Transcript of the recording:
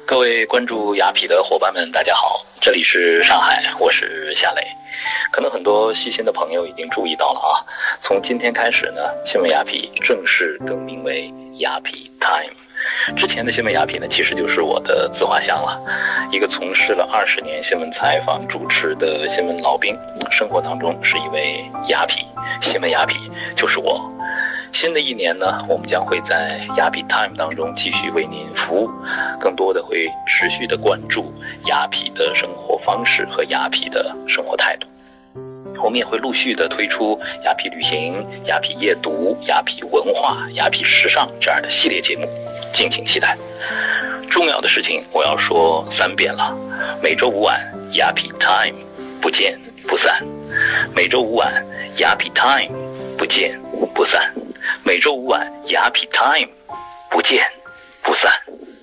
各位关注雅痞的伙伴们，大家好，这里是上海，我是夏磊。可能很多细心的朋友已经注意到了啊，从今天开始呢，新闻雅痞正式更名为雅痞 Time。之前的新闻雅痞呢，其实就是我的自画像了，一个从事了20年新闻采访主持的新闻老兵，生活当中是一位雅痞，新闻雅痞就是我。新的一年呢，我们将会在雅痞 Time 当中继续为您服务，更多的会持续的关注雅痞的生活方式和雅痞的生活态度。我们也会陆续的推出雅痞旅行、雅痞夜读、雅痞文化、雅痞时尚这样的系列节目，敬请期待。重要的事情我要说3遍了，每周5晚雅痞 Time 不见不散，每周5晚雅痞 Time 不见不散，每周5晚雅痞 Time 不见不散。